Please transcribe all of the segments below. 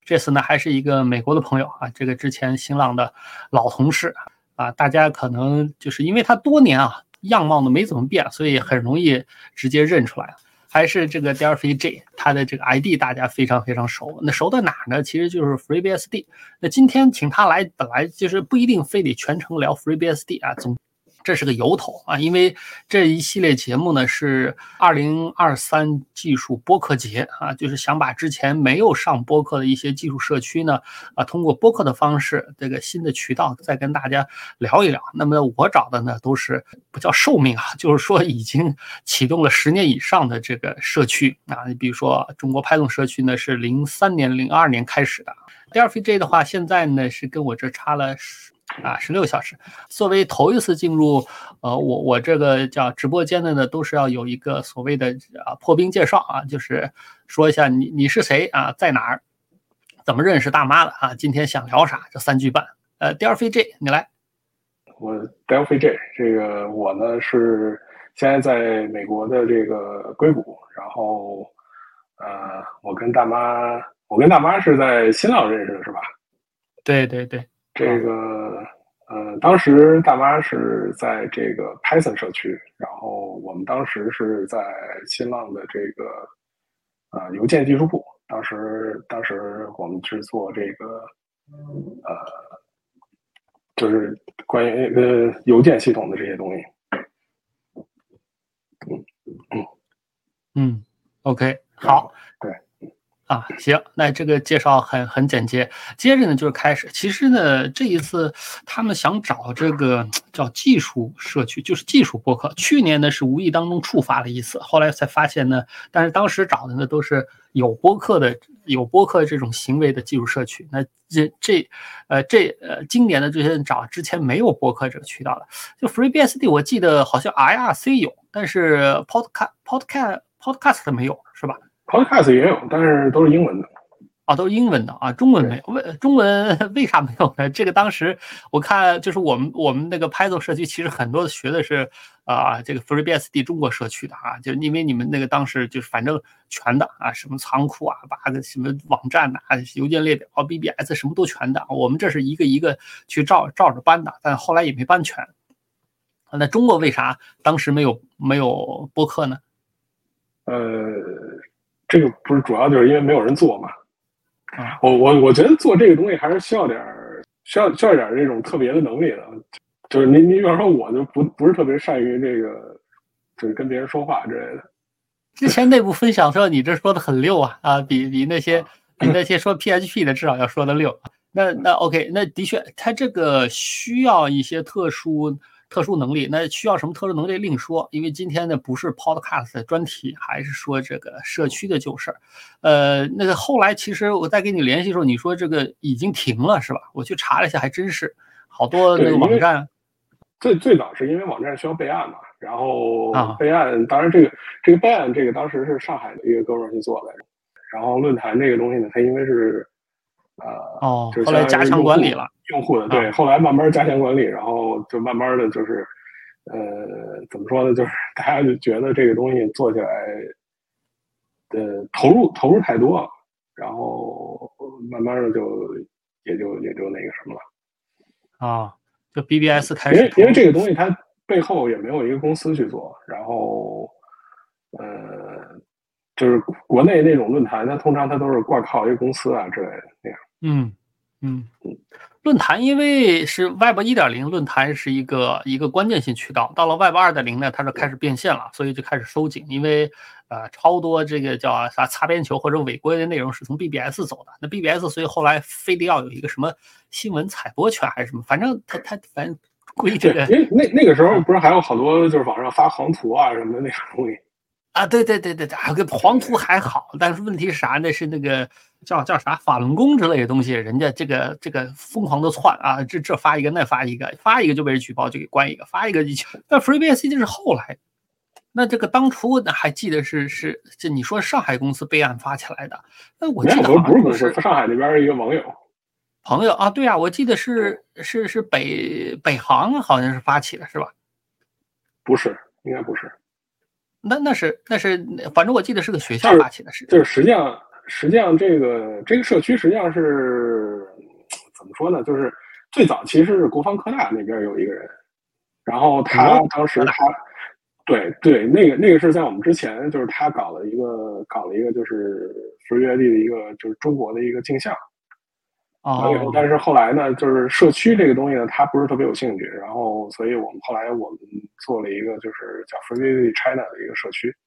这次呢还是一个美国的朋友啊，这个之前新浪的老同事啊，大家可能就是因为他多年啊样貌呢没怎么变，所以很容易直接认出来。还是这个 Delphi J， 它的这个 ID 大家非常非常熟。那熟在哪呢？其实就是 FreeBSD。那今天请他来，本来就是不一定非得全程聊 FreeBSD 啊，这是个由头啊，因为这一系列节目呢是2023技术播客节啊，就是想把之前没有上播客的一些技术社区呢通过播客的方式，这个新的渠道再跟大家聊一聊。那么我找的呢都是不叫寿命啊，就是说已经启动了10年以上的这个社区啊，你比如说中国 Python 社区呢是03年、02年开始的。Delphi J 的话，现在呢是跟我这差了16个小时。作为头一次进入我这个叫直播间的呢，都是要有一个所谓的破冰介绍啊，就是说一下你是谁啊，在哪儿，怎么认识大妈的啊，今天想聊啥，这3句半。Delphi J 你来。 我 Delphi J 这个我呢是现在在美国的这个硅谷，然后我跟大妈是在新浪认识的是吧？ 对对对， 这个当时大妈是在这个 Python 社区，然后我们当时是在新浪的这个邮件技术部，当时我们是做这个就是关于邮件系统的这些东西。 OK 好， 对。 行，那这个介绍很简洁。接着呢就是开始。其实呢，这一次他们想找这个叫技术社区，就是技术播客。去年呢是无意当中触发了一次，后来才发现呢，但是当时找的呢都是有播客这种行为的技术社区。那今年的这些人找之前没有播客这个渠道的，就 FreeBSD 我记得好像 IRC 有，但是 Podcast 没有，是吧 ？Podcast 也有，但是都是英文的。 都是英文的啊，中文没有。中文为啥没有呢？这个当时我看就是我们那个 Python 社区，其实很多学的是这个 FreeBSD 中国社区的啊，就因为你们那个当时就是反正全的啊，什么仓库啊，把个什么网站的邮件列表BBS 什么都全的。我们这是一个一个去照着搬的，但后来也没搬全。那中国为啥当时没有播客呢？ 这个不是主要就是因为没有人做嘛。我觉得做这个东西还是需要点这种特别的能力的。就是你比方说，我就不是特别善于这个，就是跟别人说话之类的。 之前内部分享说你这说的很溜比那些说 PHP 的至少要说的溜。那 OK， 那的确它这个需要一些特殊能力，那需要什么特殊能力另说，因为今天呢不是 podcast 的专题，还是说这个社区的旧事儿。那个后来其实我再跟你联系的时候，你说这个已经停了是吧？我去查了一下，还真是好多那个网站。 最早是因为网站需要备案嘛，然后备案，当然这个备案这个当时是上海的一个哥们儿去做的，然后论坛这个东西呢，它因为是后来加强管理了。 用户的对，后来慢慢加强管理，然后就慢慢的就是怎么说呢，就是大家就觉得这个东西做起来投入太多了，然后慢慢的也就那个什么了就 BBS 开始因为这个东西它背后也没有一个公司去做，然后就是国内那种论坛，它通常都是挂靠一个公司之类的那样。 论坛因为是 Web 1.0， 论坛是一个关键性渠道，到了 Web 2.0呢，它就开始变现了，所以就开始收紧，因为超多这个叫啥擦边球或者违规的内容是从 BBS 走的，那 BBS 所以后来非得要有一个什么新闻采播权还是什么，反正它反正归这个。 因为那个时候不是还有好多就是网上发黄图什么的那种东西。 对，跟黄图还好，但是问题是啥呢？是那个叫啥法轮功之类的东西，人家这个疯狂的窜这发一个那发一个就被人举报就给关一个，发一个就。那 FreeBSD 是后来，那这个当初还记得是这你说上海公司备案发起来的，那我记得好像不是公司，上海那边一个网友朋友对我记得是北航好像是发起的是吧？ 不是，应该不是。 那是，反正我记得是个学校发起的事。 就是实际上实际上这个社区实际上是怎么说呢？就是最早其实是国防科大那边有一个人，然后他当时对，那个是在我们之前，就是他搞了一个就是 FreeBSD 的一个就是中国的一个镜像。完了以后，但是后来呢，就是社区这个东西呢，他不是特别有兴趣，然后所以后来我们做了一个就是叫 FreeBSD China 的一个社区。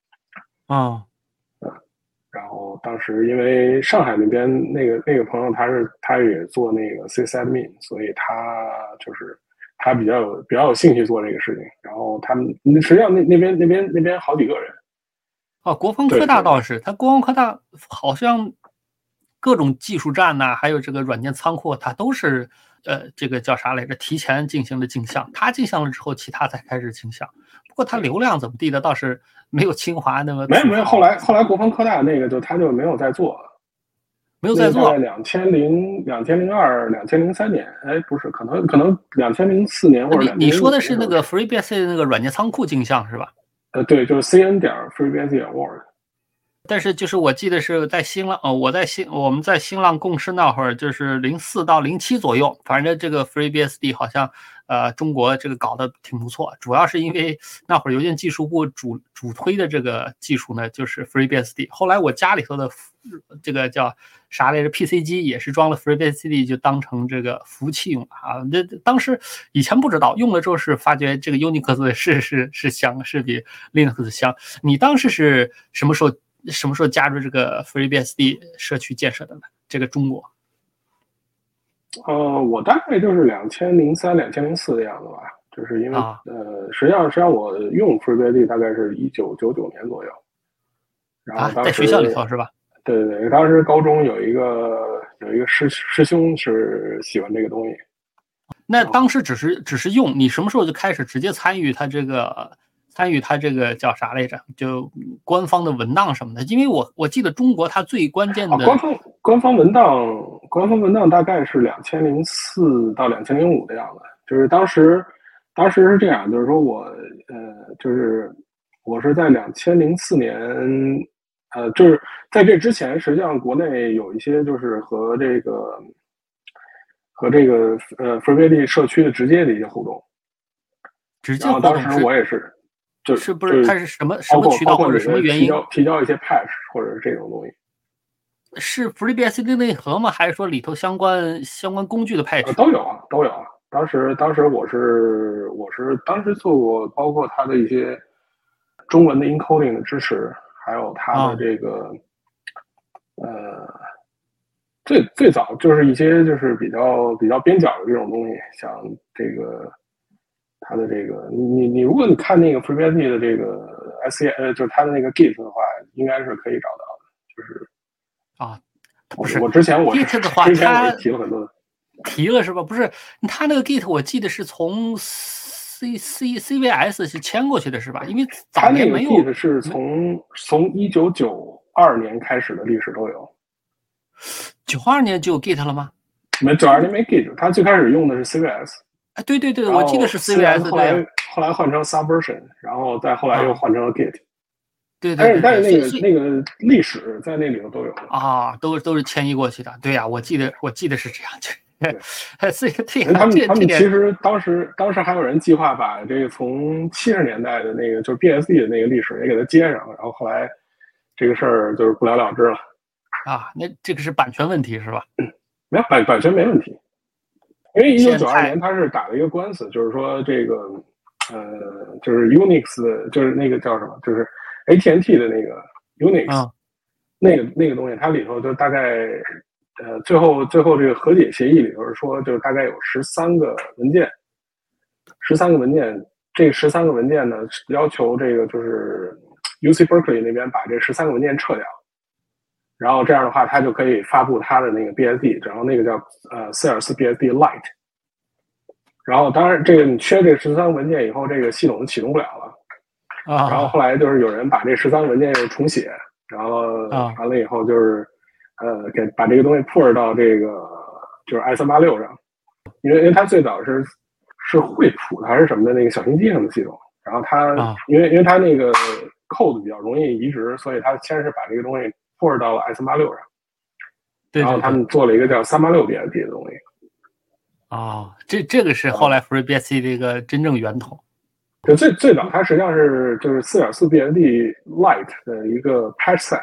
然后当时因为上海那边那个朋友他也做那个 sysadmin， 所以他比较有兴趣做这个事情。然后他们实际上那边好几个人。 国防科大倒是，他国防科大好像各种技术站呐，还有这个软件仓库，它都是这个叫啥来着？提前进行了镜像，它镜像了之后，其他才开始镜像。不过它流量怎么地的，倒是没有清华那么没有。后来国防科大那个他就没有再做了， 没有再做。 在2002、2003年，哎，不是，可能2004年或者你说的是那个 FreeBSD 那个软件仓库镜像是吧？ 对，就是 cn.freebsd.org。 但是就是我记得是在新浪，我们在新浪共事那会儿，就是04到07左右，反正这个 FreeBSD 好像中国这个搞得挺不错，主要是因为那会儿邮件技术部主推的这个技术呢，就是 FreeBSD。后来我家里头的这个叫啥来着 PC 机也是装了 FreeBSD， 就当成这个服务器用啊。这当时以前不知道，用了之后是发觉这个 Unix 是香，是比 Linux 香。你当时是什么时候加入这个 FreeBSD 社区建设的呢？这个中国？ 我大概就是2003、2004的样子吧，就是因为实际上我用 FreeBSD 大概是1999年左右，然后当时在学校里头是吧？ 对，当时高中有一个师兄是喜欢这个东西。 那当时只是用，你什么时候就开始直接参与他这个叫啥来着？就官方的文档什么的？因为我记得中国它最关键的官方文档大概是2004到2005的样子。就是当时是这样，就是说就是我是在2004年，就是在这之前，实际上国内有一些就是和这个FreeBSD 社区的直接的一些互动。 然后当时我也是。 是不是它是什么渠道或者什么原因提交一些 patch 或者是这种东西？ 是 FreeBSD 内核吗？还是说里头相关工具的 patch？ 都有啊。当时我是当时做过，包括它的一些中文的 encoding 的支持，还有它的这个最早就是一些就是比较边角的这种东西，像这个。它的这个，你如果你看那个 FreeBSD 的这个 就是它的那个 Git 的话，应该是可以找到的。就是不是我之前 Git 的话， 它提了很多的， 提了是吧？不是，它那个 Git 我记得是从 CVS 是迁过去的是吧？因为早年没有。 它那个 Git 是从1992年开始的历史都有。 92年就有 Git 了吗？ 没，92年没 Git， 它最开始用的是 CVS。 对，我记得是 CVS， 后来换成 Subversion， 然后再后来又换成了 Git。 对， 但是那个历史在那里头都有都是迁移过去的。对呀，我记得是这样。 他们其实当时还有人计划把这个从70年代的那个就是 BSD 的那个历史也给它接上，然后后来这个事儿就是不了了之了。 那这个是版权问题是吧？ 没有版权没问题。因为1992年他是打了一个官司，就是说这个就是 Unix 的，就是那个叫什么，就是 AT&T 的那个 Unix，那个东西，它里头就大概最后这个和解协议里头是说，就是大概有13个文件，这13个文件呢要求这个就是 UC Berkeley 那边把这13个文件撤掉。然后这样的话，它就可以发布它的那个 BSD， 然后那个叫塞尔斯 BSD Lite。然后当然，这个你缺这13个文件以后，这个系统就启动不了了。然后后来就是有人把这13个文件又重写，然后完了以后就是把这个东西 port 到这个就是 i386 上，因为它最早是惠普还是什么的那个小型机上的系统，然后它因为它那个 code 比较容易移植，所以它先是把这个东西port 到了 i386 上， 然后他们做了一个叫386BSD 的东西。 哦，这个是后来 FreeBSD 的一个真正源头。 就最早它实际上是就是 4.4BSD Lite 的一个 patch set。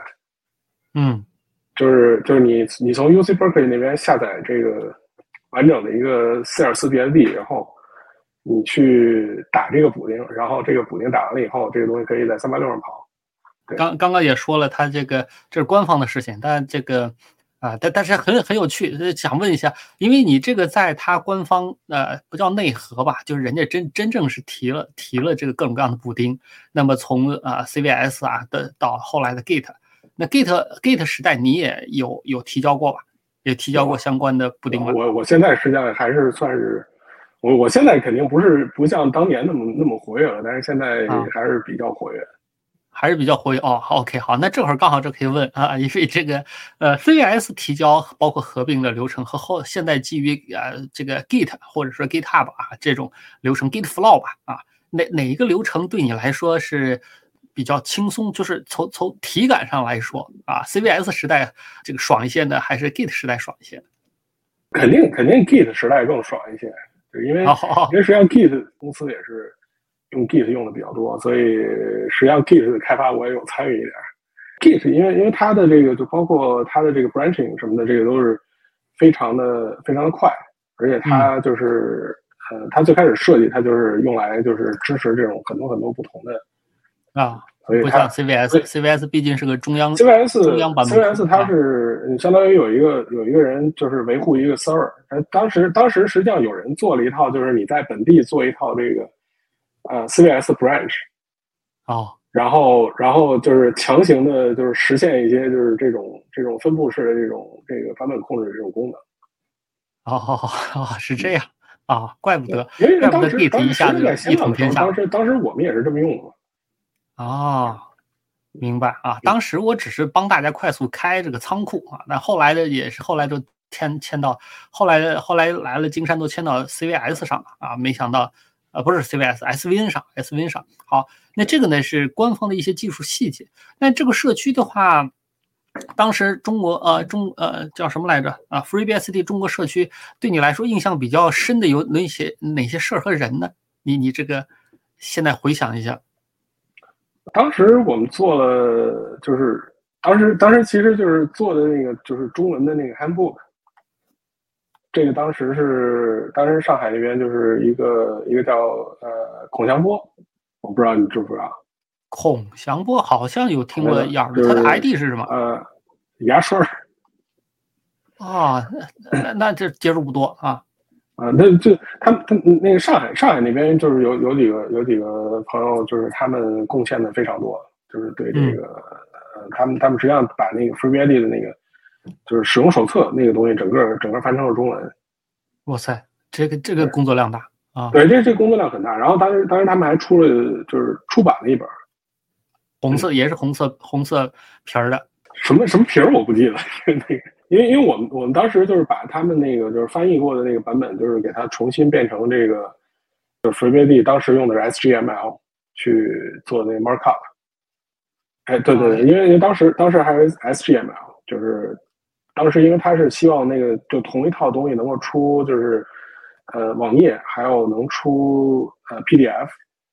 就是你从 UC Berkeley 那边下载这个完整的一个 4.4BSD， 然后你去打这个补丁，然后这个补丁打完了以后，这个东西可以在386上跑。 刚刚也说了，它这是官方的事情，但这个但是很有趣，想问一下，因为你这个在它官方不叫内核吧，就是人家真正是提了这个各种各样的补丁，那么从CVS 到后来的 Git， 那 Git 时代你也有提交过吧？也提交过相关的补丁吧？ 我现在实际上还是算是我现在肯定不像当年那么活跃了，但是现在还是比较活跃。 还是比较活跃哦。OK， 好，那正好刚好这可以问啊，因为这个CVS 提交包括合并的流程和现在基于这个 Git 或者说 GitHub 这种流程 GitFlow 吧哪一个流程对你来说是比较轻松？就是从体感上来说CVS 时代这个爽一些呢，还是 Git 时代爽一些？ 肯定 Git 时代更爽一些，因为实际上 Git 公司也是用 Git 用的比较多，所以实际上 Git 的开发我也有参与一点。Git 因为它的这个就包括它的这个 branching 什么的，这个都是非常的快，而且它就是它最开始设计它就是用来就是支持这种很多不同的所以不像 CVS 毕竟是个中央版本。 CVS 它是相当于有一个人就是维护一个 server。当时实际上有人做了一套，就是你在本地做一套这个CVS branch， 然后就是强行的，就是实现一些就是这种分布式的这个版本控制的这种功能。 是这样怪不得， 因为当时 Git 一下就一统天下。 当时我们也是这么用的嘛。 明白当时我只是帮大家快速开这个仓库那后来的也是后来就迁到后来来了金山都迁到 CVS 上了没想到不是 CVS SVN 上。好，那这个呢是官方的一些技术细节。那这个社区的话，当时中国叫什么来着FreeBSD 中国社区对你来说印象比较深的有哪些事儿和人呢？你这个现在回想一下。 当时我们做了，就是当时其实就是做的那个就是中文的那个 handbook。这个当时上海那边就是一个叫孔祥波，我不知道你知不知道。 孔祥波好像有听过样儿，他的 ID 是什么？ 牙刷那这接触不多那就他那个上海那边就是有几个朋友，就是他们贡献的非常多，就是对这个他们实际上把那个 FreeBSD 的那个就是使用手册那个东西整个翻成了中文。 哇塞，这个工作量大对，这工作量很大。然后当时他们还就是出版了一本红色，也是红色皮儿的。 什么皮儿我不记得那个，因为我们当时就是把他们那个就是翻译过的那个版本，就是给它重新变成这个就是 FreeBSD 当时用的是 SGML 去做那个 markup。对，因为当时还是 SGML， 就是当时因为他是希望那个就同一套东西能够出就是网页，还有能出PDF。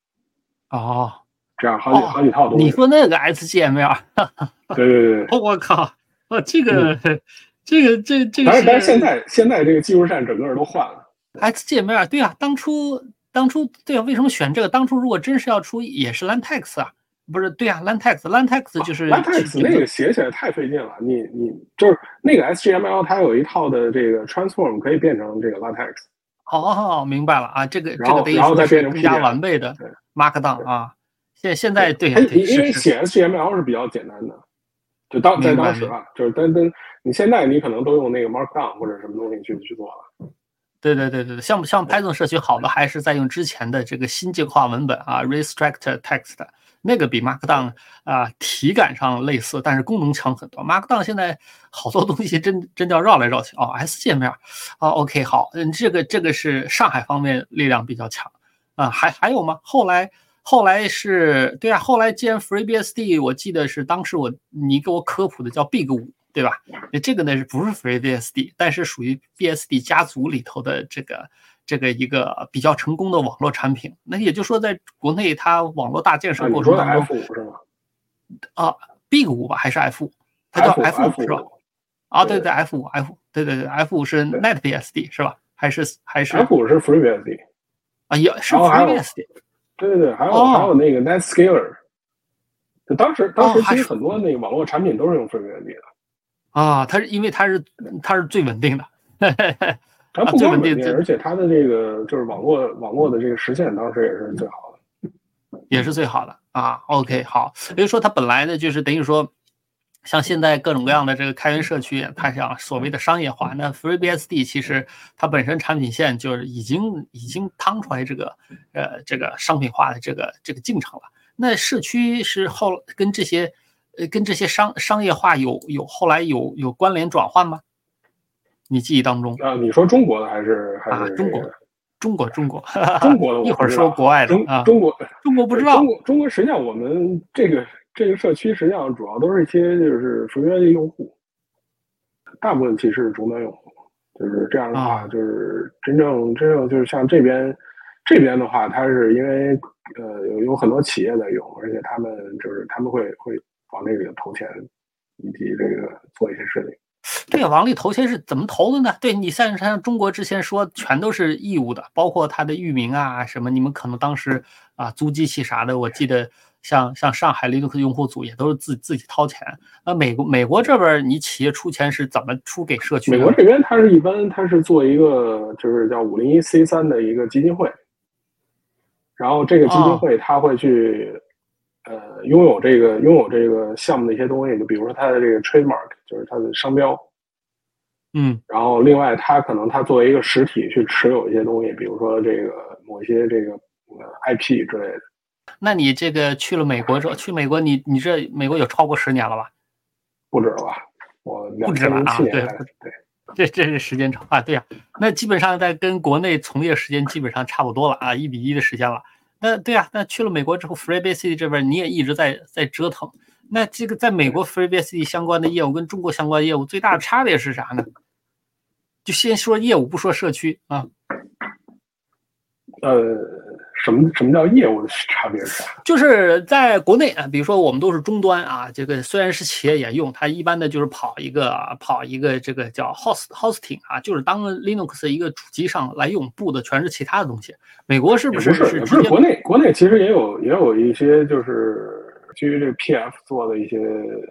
这样好几套东西。 你说那个 SGML？ 对， 我靠，这个但是现在这个技术栈整个都换了。 SGML 对当初对为什么选这个？当初如果真是要出也是 LaTeX 不是对LaTeX 就是 LaTeX 那个写起来太费劲了。你就是那个 SGML 它有一套的这个 transform 可以变成这个 LaTeX。 明白了这个然后再变成更加完备的 Markdown 现在对， 因为写 SGML 是比较简单的，就在当时就是但你现在你可能都用那个 Markdown 或者什么东西去做了。 对，像 Python 社区好的还是在用之前的这个新进化文本restrict text， 那个比 Markdown 体感上类似，但是功能强很多。Markdown 现在好多东西真叫绕来绕去SGML OK 好，这个是上海方面力量比较强还有吗？后来是对后来既然 FreeBSD 我记得是当时你给我科普的叫 Big 5 对吧？这个呢是不是 FreeBSD， 但是属于 BSD 家族里头的这个一个比较成功的网络产品。那也就是说，在国内它网络大建设过程当中， 你说的 F5 是吗？ Big5 吧还是 F5？ 它叫 F5 是吧？对 F5， 对 F5 是 NetBSD 是吧？还是 F5 是 FreeBSD 也是 FreeBSD。 对，还有那个 NetScaler。当时其实很多那个网络产品都是用 FreeBSD 的。 它是因为它是最稳定的。 它不光稳定，而且它的这个就是网络的这个实现，当时也是最好的， 也是最好的OK， 好，也就是说它本来呢就是等于说，像现在各种各样的这个开源社区，它想所谓的商业化，那 FreeBSD 其实它本身产品线就是已经趟出来这个商品化的这个进程了。那社区是跟这些商业化后来有关联转换吗？你记忆当中你说中国的还是中国中国的一会儿说国外的中国不知道。 中国实际上我们这个社区实际上主要都是一些就是FreeBSD用户，大部分其实是终端用户。就是这样的话，就是真正就是像这边的话，它是因为有很多企业在用，而且他们会往这个投钱，以及这个做一些事情。 对，往里投钱是怎么投的呢？对，你像中国之前说全都是义务的，包括它的域名什么，你们可能当时租机器啥的，我记得像上海 Linux 用户组也都是自己掏钱。美国这边你企业出钱是怎么出给社区的？ 美国这边它是做一个就是叫501c3的一个基金会，然后这个基金会它会去拥有这个项目的一些东西，就比如说它的这个 trademark， 就是它的商标。然后另外它可能它作为一个实体去持有一些东西，比如说这个某一些这个IP 之类的。 那你这个去了美国之后，你这美国有超过10年了吧？ 不止了吧？我2007年对，这是时间长对呀。那基本上在跟国内从业时间基本上差不多了1:1的时间了。那对呀，那去了美国之后 ，FreeBSD 这边你也一直在折腾。那这个在美国 FreeBSD 相关的业务跟中国相关业务最大的差别是啥呢？就先说业务，不说社区什么叫业务的差别是啥？ 就是在国内比如说我们都是终端这个虽然是企业也用，它一般的就是跑一个这个叫 hosting 就是当 Linux 一个主机上来用，布的全是其他的东西。美国是不是国内其实也有一些就是基于这个 PF 做的一些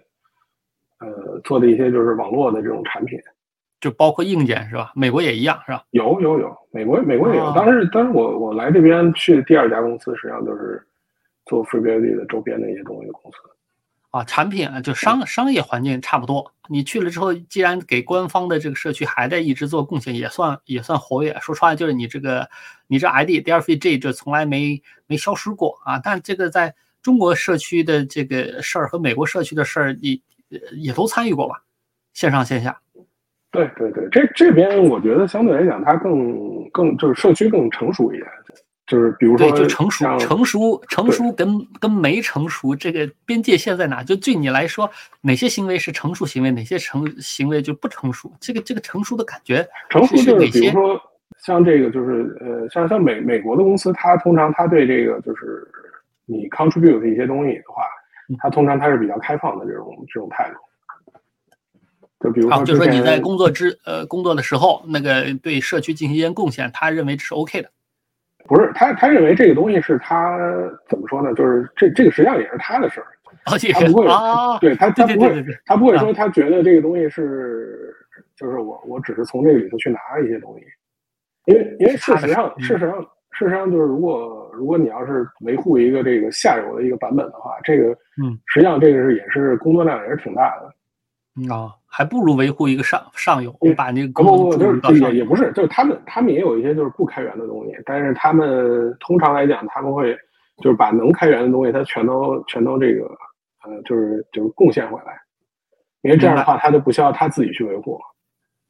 就是网络的这种产品。 就包括硬件是吧？美国也一样是吧？ 有，美国也有。当时我来这边去的第2家公司，实际上就是做 FreeBSD 的周边的一些东西的公司。 产品就商业环境差不多。你去了之后，既然给官方的这个社区还在一直做贡献，也算活跃。说穿了就是你这 ID Delphi J 就从来没消失过但这个在中国社区的这个事儿和美国社区的事儿，也都参与过吧？线上线下。 对，这边我觉得相对来讲，它更就是社区更成熟一点，就是比如说就成熟跟没成熟这个边界线在哪？就对你来说，哪些行为是成熟行为，哪些行为就不成熟？这个成熟的感觉， 成熟就是比如说像这个就是像美国的公司，它通常它对这个就是你 contribute 一些东西的话，它通常它是比较开放的这种态度。就比如说， 就是说你在工作的时候，那个对社区进行一些贡献，他认为这是 OK 的。 不是他认为这个东西是他怎么说呢？就是这个实际上也是他的事儿。他不会对他不会说他觉得这个东西是就是我只是从这个里头去拿一些东西，因为事实上就是如果你要是维护一个这个下游的一个版本的话，这个实际上这个也是工作量也是挺大的。 还不如维护一个上游，把那个不就是也不是，就是他们也有一些就是不开源的东西，但是他们通常来讲，他们会就是把能开源的东西，他全都这个就是贡献回来，因为这样的话，他就不需要他自己去维护了。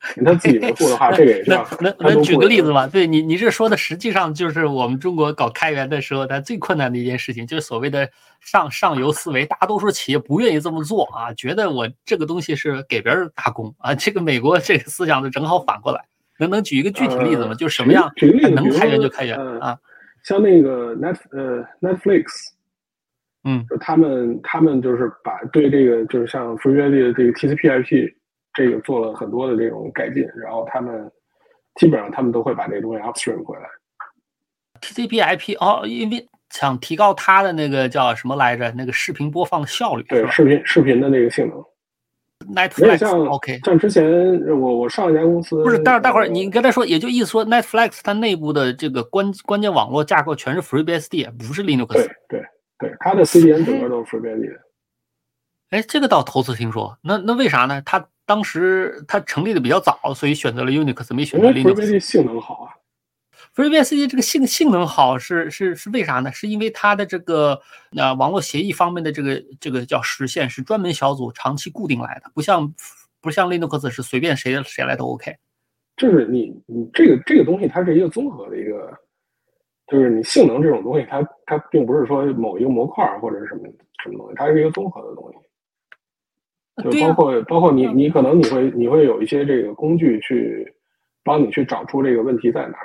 他自己维护的话，这个也是要能举个例子吗？对你这说的实际上就是我们中国搞开源的时候，它最困难的一件事情，就是所谓的上游思维。大多数企业不愿意这么做啊，觉得我这个东西是给别人打工啊。这个美国这个思想就正好反过来。能举一个具体例子吗？就是什么样举个例子， 能开源就开源啊？ 像那个Netflix，就他们就是把对这个就是像 FreeBSD 的这个 TCP/IP 这个做了很多的这种改进，然后他们基本上他们都会把这个东西 upstream 回来。 TCP/IP 哦，因为想提高它的那个叫什么来着？那个视频播放的效率， 对，视频的那个性能。 Netflix OK， 像之前我上一家公司不是，待会儿你刚才说，也就意思说 Netflix 它内部的这个关键网络架构全是 FreeBSD， 不是 Linux。 对，它的 CDN 整个都是 FreeBSD 的。 哎，这个倒头次听说。那为啥呢？它当时它成立的比较早，所以选择了 Unix， 没选择 Linux。 因为 FreeBSD 性能好啊。 FreeBSD 这个性能好是为啥呢？是因为它的这个网络协议方面的这个叫实现是专门小组长期固定来的，不像 Linux 是随便谁来都 OK。 就是你这个东西它是一个综合的一个，就是你性能这种东西它并不是说某一个模块或者是什么东西，它是一个综合的东西。就包括你可能你会有一些这个工具去帮你去找出这个问题在哪儿。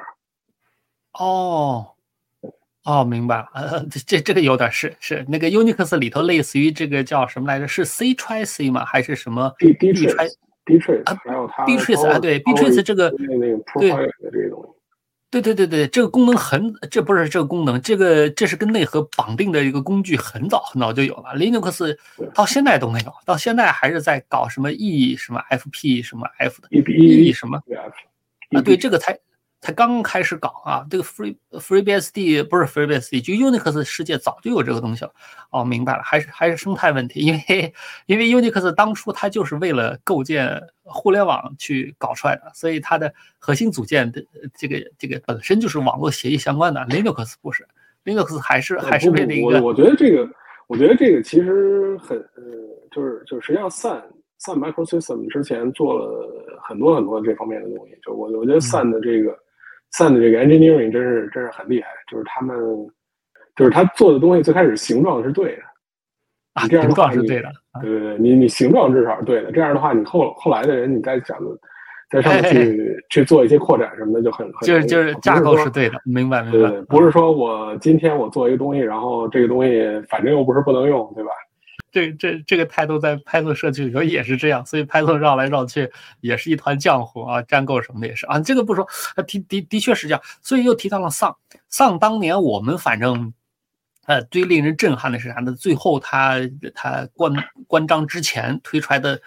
明白了。这个有点是那个 Unix 里头类似于这个叫什么来着？是 C-Trace 吗？还是什么 D-Trace 还有它 B-Trace 啊？对 B-Trace 这个那个 profile 的这个东西。 对，这个功能这不是这个功能，这是跟内核绑定的一个工具，很早就有了。Linux 到现在都没有，到现在还是在搞什么 E 什么 FP 什么 F 的 E 什么啊？对，这个才刚开始搞啊。这个 FreeBSD 不是 FreeBSD， 就 Unix 世界早就有这个东西了。明白了，还是生态问题，因为 Unix 当初它就是为了构建互联网去搞出来的，所以它的核心组件的这个本身就是网络协议相关的。Linux 不是 ，Linux 还是为了一个。 我觉得这个其实很就是实际上 Sun Microsystem 之前做了很多这方面的东西。就我觉得 Sun 的这个 engineering 真是很厉害，就是他做的东西最开始形状是对的。这样的话形状是对的。 对，你形状至少是对的。这样的话，你后来的人，你再讲在上面去做一些扩展什么的，就很就是架构是对的。明白。 对，不是说我今天我做一个东西，然后这个东西反正又不是不能用，对吧？ 这个态度在 Python 社区里头也是这样，所以 Python 绕来绕去也是一团浆糊啊，粘构什么的也是啊。这个不说，的确是这样。所以又提到了Sun当年我们反正。最令人震撼的是啥呢？最后他关张之前推出来的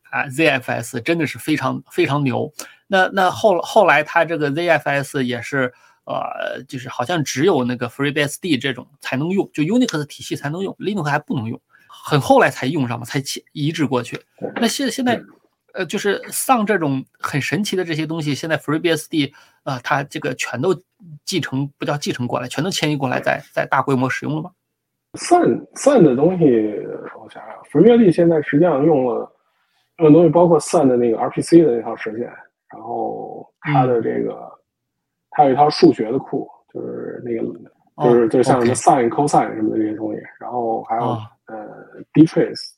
ZFS 真的是非常非常牛。那后来他这个 ZFS 也是就是好像只有那个 FreeBSD 这种才能用，就 Unix 体系才能用 ，Linux 还不能用，很后来才用上嘛，才移植过去。那现在就是Sun这种很神奇的这些东西，现在 FreeBSD 它这个全都不叫继承过来，全都迁移过来，在大规模使用了吗？ Sun 的东西，我想想 ，FreeBSD 现在实际上用了东西，包括 Sun 的那个 RPC 的那套实现，然后它的这个它有一套数学的库，就是那个就像什么 sin、cosine 什么的这些东西，然后还有D-Trace、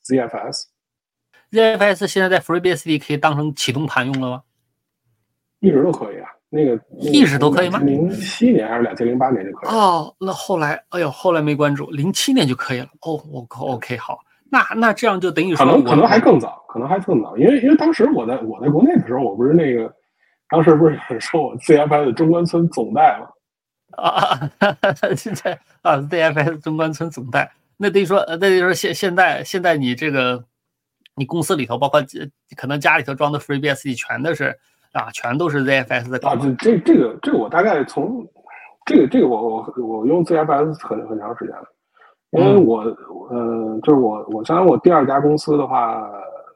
ZFS 现在在 FreeBSD 可以当成启动盘用了吗？ 一直都可以啊，那个一直都可以吗 ？2007年还是2008年就可以了。 那后来没关注，07年就可以了。OK 好，那这样就等于说可能还更早，因为当时我在国内的时候，我不是当时不是很受 ZFS 中关村总代吗？ 现在ZFS 中关村总代，那等于说现在你这个你公司里头，包括可能家里头装的 FreeBSD 全都是 ZFS 的搞。 这个我大概从这个我用 ZFS 很长时间了，因为就是我相当于我第二家公司的话，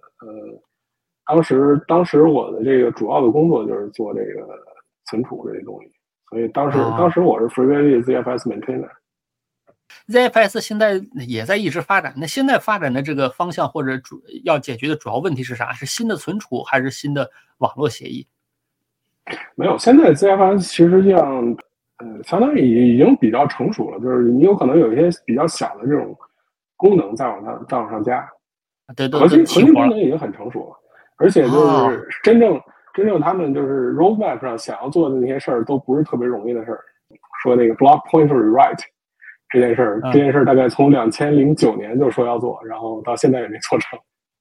当时我的这个主要的工作就是做这个存储这些东西，所以当时我是 FreeBSD ZFS maintainer。 ZFS 现在也在一直发展，那现在发展的这个方向或者要解决的主要问题是啥？是新的存储还是新的网络协议？ 没有，现在 ZFS 其实上，相当于已经比较成熟了，就是你有可能有一些比较小的这种功能再往上加， 对， 核心起活了功能已经很成熟了，而且就是真正他们就是 roadmap 上想要做的那些事儿都不是特别容易的事儿。说那个 block pointer rewrite 这件事儿大概从2009年就说要做，然后到现在也没做成。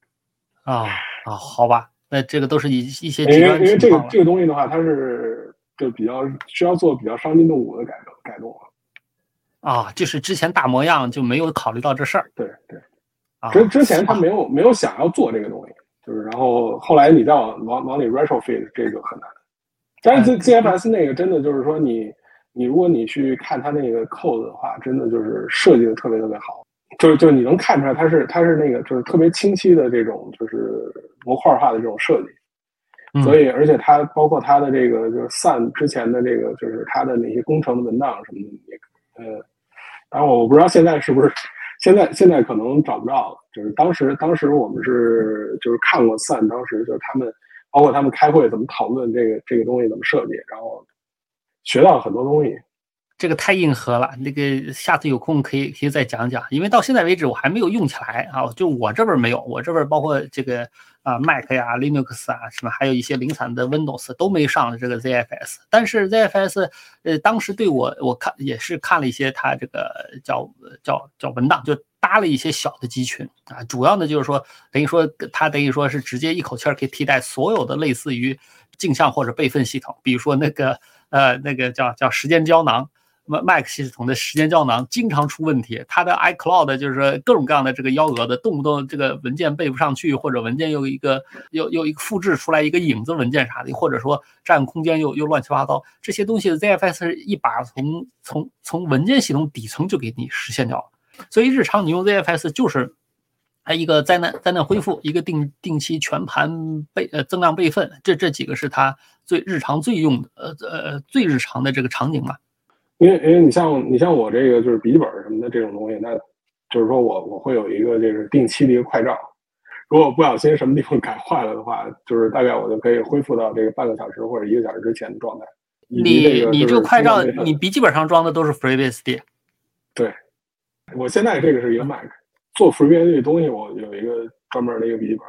好吧，那这个都是一些极端情况了。 因为这个东西的话，它是就比较需要做比较伤筋动骨的改动就是之前大模样就没有考虑到这事儿。 对，之前他没有想要做这个东西，就是然后后来你再往里 retrofit 这个很难。但是 ZFS 那个真的就是说你如果你去看它那个 code 的话，真的就是设计的特别特别好，就是你能看出来它是那个就是特别清晰的这种就是模块化的这种设计。所以而且它包括它的这个就是 Sun 之前的这个就是它的那些工程的文档什么的，当然我不知道现在是不是现在可能找不到了。就是当时我们就是看过 Sun， 当时就是他们包括他们开会怎么讨论这个东西怎么设计，然后学到了很多东西。 这个太硬核了，那个下次有空可以再讲讲，因为到现在为止我还没有用起来就我这边没有，我这边包括这个Mac 呀、Linux 什么，还有一些零散的 Windows 都没上这个 ZFS。但是 ZFS 当时对我也是看了一些它这个叫文档，就搭了一些小的集群主要的就是说等于说是直接一口气可以替代所有的类似于镜像或者备份系统，比如说那个叫时间胶囊。Mac 系统的时间胶囊经常出问题，它的 iCloud 就是各种各样的这个幺蛾子，动不动这个文件背不上去，或者文件又一个复制出来一个影子文件啥的，或者说占空间又乱七八糟，这些东西 ZFS 一把从文件系统底层就给你实现掉了。所以日常你用 ZFS 就是一个灾难恢复，一个定期全盘增量备份，这几个是它最日常最用的最日常的这个场景嘛。 因为你像我这个就是笔记本什么的这种东西，那就是说我会有一个就是定期的一个快照，如果不小心什么地方改坏了的话，就是大概我就可以恢复到这个半个小时或者1个小时之前的状态。 你这个快照，你笔记本上装的都是 FreeBSD？ 对，我现在这个是一个 Mac， 做 FreeBSD 的东西我有一个专门的一个笔记本。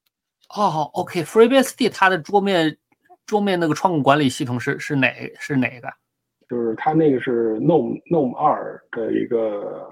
OK，FreeBSD 它的桌面那个窗口管理系统是哪个？ 就是它那个是 GNOME 2的一个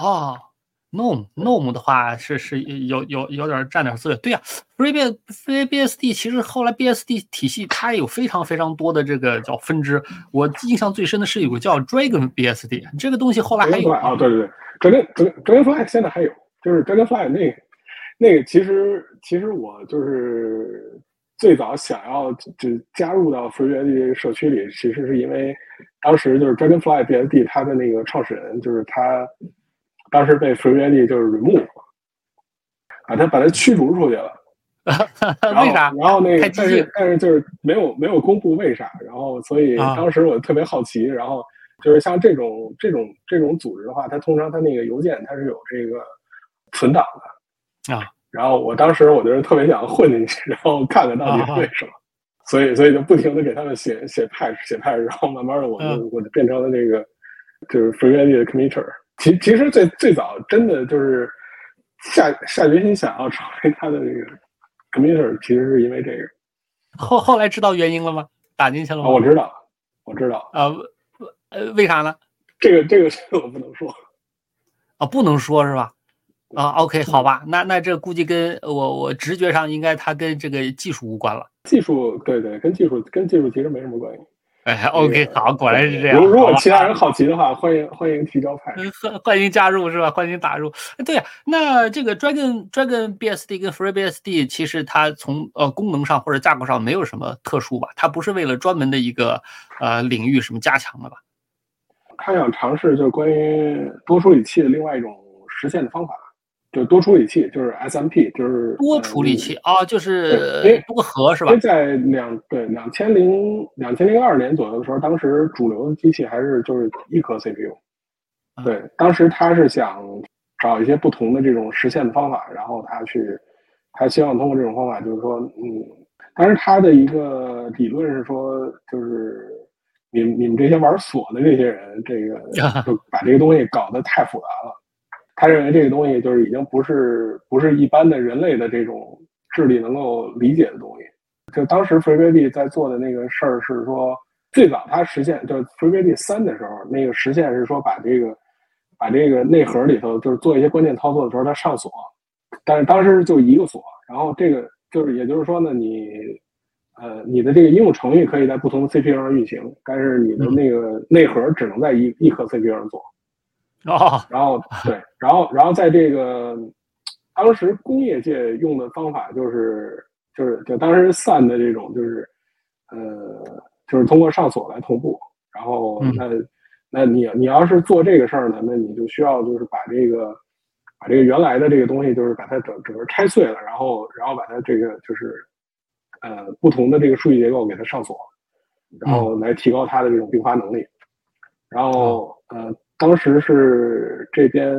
fork。GNOME 的话是有点占点资源。对呀，FreeBSD 其实后来 BSD 体系它有非常非常多的这个叫分支。我印象最深的是有个叫 Dragon BSD， 这个东西后来还有对，Dragonfly 现在还有，就是 Dragonfly 那个其实我就是最早想要就加入到 FreeBSD 社区里，其实是因为当时就是 Dragonfly BSD 它的那个创始人就是他当时被 FreeBSD 就是 remove 了他把他驱逐出去了。 为啥？ 然后那个但是就是没有公布为啥，然后所以当时我特别好奇，然后就是像这种组织的话，它通常它那个邮件它是有这个存档的然后我当时我就是特别想混进去，然后看看到底是为什么，所以就不停的给他们写 patch， 然后慢慢的我就变成了那个就是 FreeBSD 的 committer。其实最早真的就是下决心想要成为他的这个 committer， 其实是因为这个。 后来知道原因了吗？打进去了吗？ 我知道。 为啥呢？ 这个我不能说。 不能说是吧？OK， 好吧，那这估计跟我直觉上应该它跟这个技术无关了。 技术对，跟技术其实没什么关系。 OK， 好，果然是这样。 如果其他人好奇的话，欢迎提交派， 欢迎加入是吧？欢迎打入。对呀，那这个 Dragon BSD 跟 FreeBSD 其实它从功能上或者架构上没有什么特殊吧？它不是为了专门的一个领域什么加强的吧？ 他想尝试就是关于多处理器的另外一种实现的方法。就多处理器，就是 SMP， 就是多处理器就是多核是吧？ 因为在2002年左右的时候，当时主流的机器还是就是1颗 CPU， 对，当时他是想找一些不同的这种实现的方法，然后他希望通过这种方法，就是说，当时他的一个理论是说，就是你们这些玩锁的这些人，这个就把这个东西搞得太复杂了。他认为这个东西就是已经不是一般的人类的这种智力能够理解的东西。就当时 FreeBSD 在做的那个事儿是说，最早他实现就是 FreeBSD 3的时候，那个实现是说把这个内核里头就是做一些关键操作的时候，它上锁，但是当时就一个锁，然后这个就是也就是说呢，你的这个应用程序可以在不同的 CPU 上运行，但是你的那个内核只能在一颗 CPU 上做。然后对，然后在这个当时工业界用的方法就是当时 SAN 的这种就是通过上锁来同步，然后那你要是做这个事儿呢，那你就需要就是把这个原来的这个东西就是把它整个拆碎了，然后把它这个就是不同的这个数据结构给它上锁，然后来提高它的这种并发能力。然后当时是这边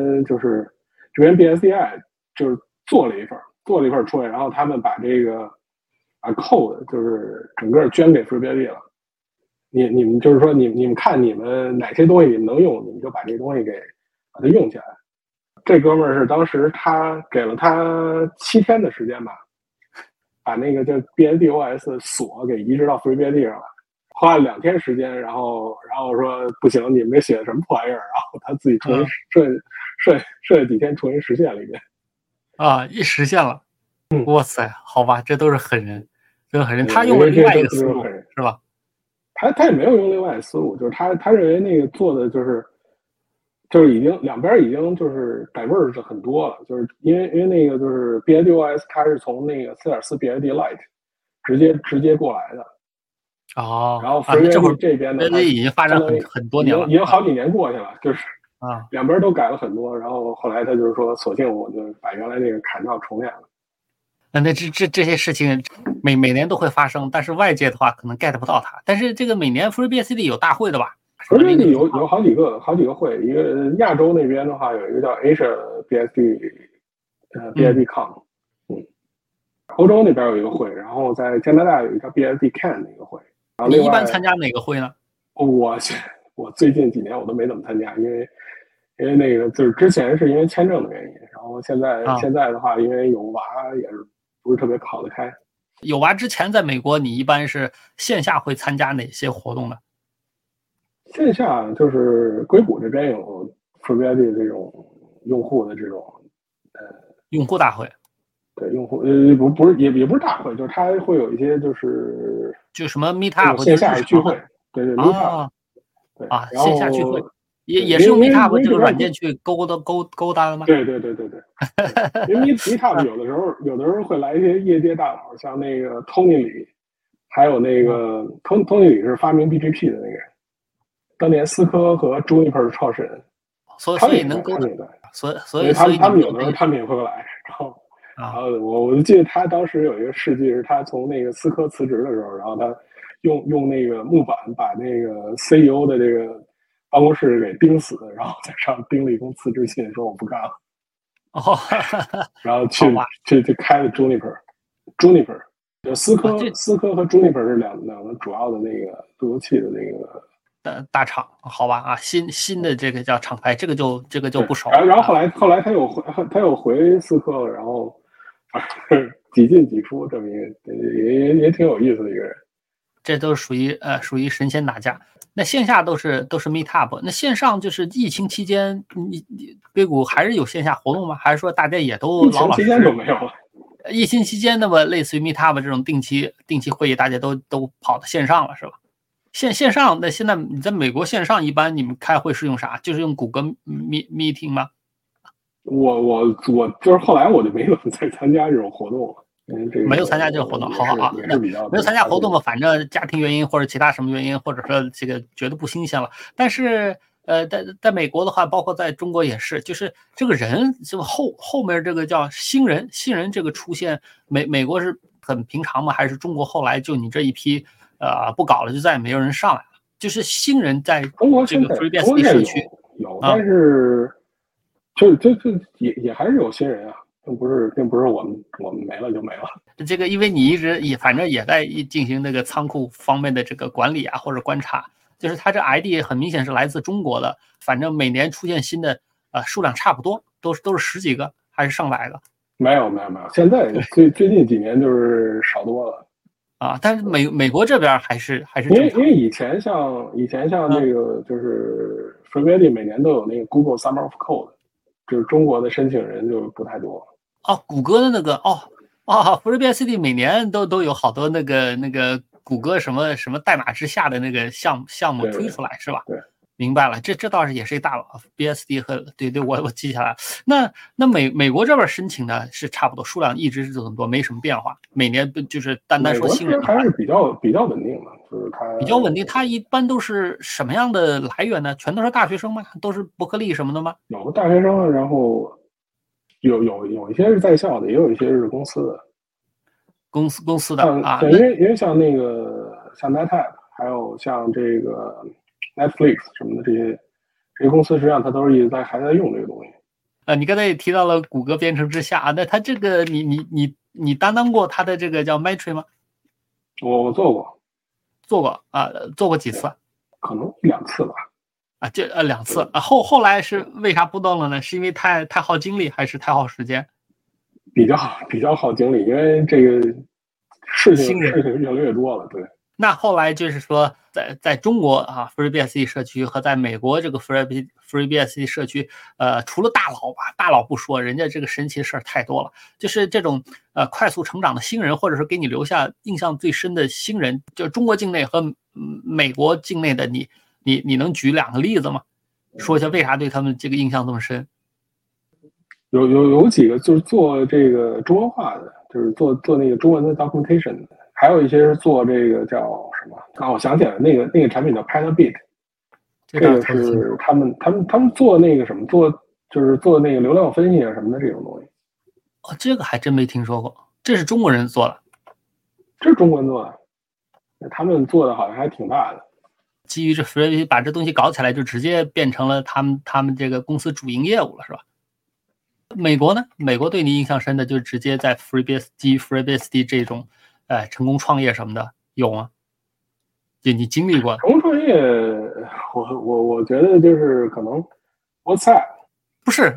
BSDI 就是做了一份出来，然后他们把这个code 就是整个捐给 FreeBSD 了。你们就是说你们看你们哪些东西你们能用，你们就把这东西把它用起来。这哥们儿是当时他给了他7天的时间吧，把那个叫 BSDOS 锁给移植到 FreeBSD 上来，花了2天时间，然后说不行，你们写的什么破玩意儿，然后他自己重新设计几天重新实现了一遍。 一实现了，哇塞，好吧，这都是狠人，真的狠人。他用了另外一个思路，是吧？ 他也没有用另外的思路，就是他认为那个做的就是已经两边已经就是 diverge 很多了，就是因为那个就是 BSDOS 它是从那个 4.4 BSD Lite 直接过来的。然后 FreeBSD 这边呢，它已经发展很多年了， 已经好几年过去了，就是两边都改了很多，然后后来他就是说，索性我就把原来那个砍掉重练了。 那这些事情每年都会发生，但是外界的话可能 get 不到它。但是这个每年 FreeBSD 有大会的吧 ？FreeBSD 有好几个会，一个亚洲那边的话有一个叫 Asia BSD，BSDCon，欧洲那边有一个会，然后在加拿大有一个叫 BSDCan 的一个会。然后你一般参加哪个会呢？ 我最近几年我都没怎么参加，因为那个就是之前是因为签证的原因，然后现在的话，因为有娃也是不是特别考得开。 有娃之前在美国，你一般是线下会参加哪些活动呢？ 线下就是硅谷这边有 FreeBSD 这种用户的这种用户大会。 对，用户不是也不是大会，就是他会有一些就什么 Meetup 线下聚会，对 Meetup，对线下聚会也是用 Meetup 这个软件去勾搭的吗？ 对，因为 Meetup 有的时候会来一些业界大佬，像那个 Tony 李，还有那个 Tony 李是发明 BGP 的那个人，当年思科和 Juniper 的创始人， 所以能勾搭，所以他们有的时候他们也会来，然后我记得他当时有一个事迹是他从那个思科辞职的时候，然后他用那个木板把那个 CEO 的这个办公室给钉死，然后在上钉了一封辞职信，说我不干了。然后去开了 Juniper， 就思科和 Juniper 是两个主要的那个路由器的那个大厂，好吧新的这个叫厂牌，这个就不熟。 然后后来他又回思科了，然后几进几出，这么一个也挺有意思的一个人。 这都是属于神仙打架。那线下都是 Meetup， 那线上就是疫情期间，你硅谷还是有线下活动吗？还是说大家也都老老实实？ 疫情期间就没有了。 疫情期间，那么类似于 Meetup 这种定期会议，大家都跑到线上了，是吧？线上，那现在你在美国线上一般你们开会是用啥？就是用谷歌 Meeting 吗？ 我就是后来我就没有再参加这种活动了。 没有参加这个活动，好那没有参加活动嘛，反正家庭原因或者其他什么原因，或者说这个觉得不新鲜了。但是在美国的话，包括在中国也是，就是这个人就后面这个叫新人这个出现，美国是很平常吗？还是中国后来就你这一批不搞了，就再也没有人上来了？就是新人在这个 FreeBSD 社区但是就也还是有新人啊，并不是我们没了就没了。 这个因为你一直反正也在进行那个仓库方面的这个管理啊或者观察，就是它这 ID 很明显是来自中国的，反正每年出现新的数量差不多，都是十几个还是上百个？ 没有，现在最近几年就是少多了。 啊，但是美国这边还是因为以前像这个就是 FreeBSD 每年都有那个 Google Summer of Code， 就是中国的申请人就不太多。 哦，谷歌的那个FreeBSD 每年都有好多那个谷歌什么代码之下的那个项目推出来是吧？ 对， 明白了，这倒是也是一大佬 BSD 和对我记下来。那美国这边申请的是差不多，数量一直是这么多，没什么变化。每年就是单说新人还是比较稳定的，就是它比较稳定。它一般都是什么样的来源呢？全都是大学生吗？都是伯克利什么的吗？ 有大学生，然后有一些是在校的，也有一些是公司的。 公司的啊， 因为像那个像 NetApp， 还有像这个 Netflix 什么的这些公司，实际上它都是一直还在用这个东西。 你刚才也提到了谷歌编程之下，那它这个你担当过它的这个叫 Metri 吗？ 我做过啊，做过几次？ 可能2次吧。 啊，这2次啊，后来是为啥不动了呢？是因为太耗精力，还是太耗时间？ 比较耗精力，因为这个事情越来越多了。对。 那后来就是说，在中国啊 FreeBSD 社区和在美国这个 FreeBSD 社区，除了大佬不说，人家这个神奇的事儿太多了。就是这种快速成长的新人，或者说给你留下印象最深的新人，就中国境内和美国境内的你能举2个例子吗？说一下为啥对他们这个印象这么深？ 有几个就是做这个中文化的，就是做那个中文的 documentation 的，还有一些是做这个叫什么我想起来了，那个产品叫 Petabit， 这个是他们做那个什么就是做那个流量分析啊什么的这种东西。 这个还真没听说过，这是中国人做的？ 这是中国人做的，他们做的好像还挺大的。 基于这 Free 把这东西搞起来，就直接变成了他们这个公司主营业务了，是吧？美国呢？美国对你印象深的就直接在 FreeBSD 这种成功创业什么的有吗？就你经历过成功创业，我觉得就是可能 WhatsApp 不是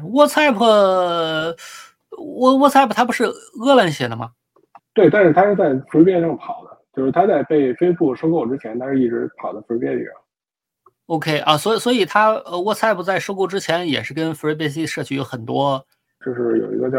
WhatsApp 它不是俄兰写的吗？ 对，但是它是在 FreeBSD 上跑的，就是它在被飞布收购之前，它是一直跑在 FreeBSD 上。 OK 啊，所以它WhatsApp 在收购之前也是跟 FreeBSD 社区有很多。 就是有一个叫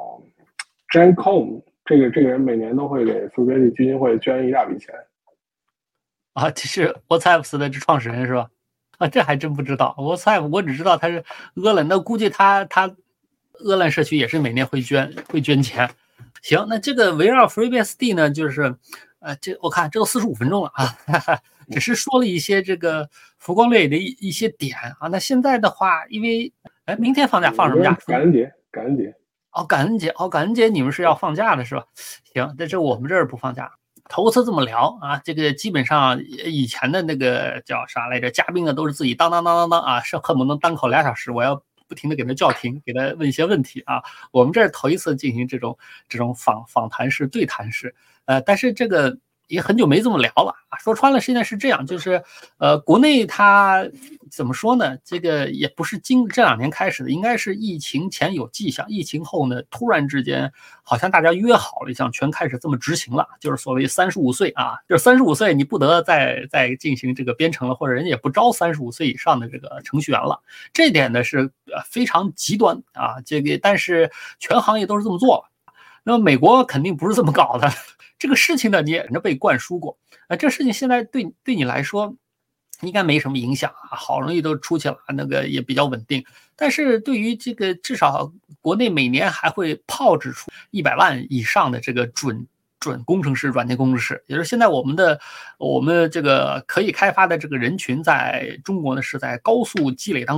Jan Koum， 这个人每年都会给 FreeBSD 基金会捐一大笔钱。 啊，这是 WhatsApp 的创始人是吧？啊，这还真不知道。WhatsApp 我只知道他是俄兰，那估计他俄兰社区也是每年会捐钱。行，那这个围绕 FreeBSD 呢，就是这我看这都45分钟了啊，只是说了一些这个浮光掠影的一些点啊。那现在的话，因为明天放假放什么假？ 感恩节。 感恩节你们是要放假的是吧？行，那这我们这儿不放假。头次这么聊啊，这个基本上以前的那个叫啥来着，嘉宾呢都是自己当啊，是恨不能单口2小时，我要不停的给他叫停，给他问一些问题啊。我们这是头一次进行这种访谈式对谈式，但是这个也很久没这么聊了啊。说穿了，现在是这样，就是国内它怎么说呢？这个也不是这2年开始的，应该是疫情前有迹象，疫情后呢，突然之间好像大家约好了一项，全开始这么执行了，就是所谓35岁啊，就是35岁你不得再进行这个编程了，或者人家也不招35岁以上的这个程序员了。这点呢是非常极端啊，这个但是全行业都是这么做了。那么美国肯定不是这么搞的。这个事情呢，你也被灌输过，这事情现在对你来说应该没什么影响啊，好容易都出去了，那个也比较稳定。但是对于这个至少国内每年还会炮制出100万以上的这个准工程师、软件工程师，也就是现在我们这个可以开发的这个人群，在中国呢是在高速积累当中。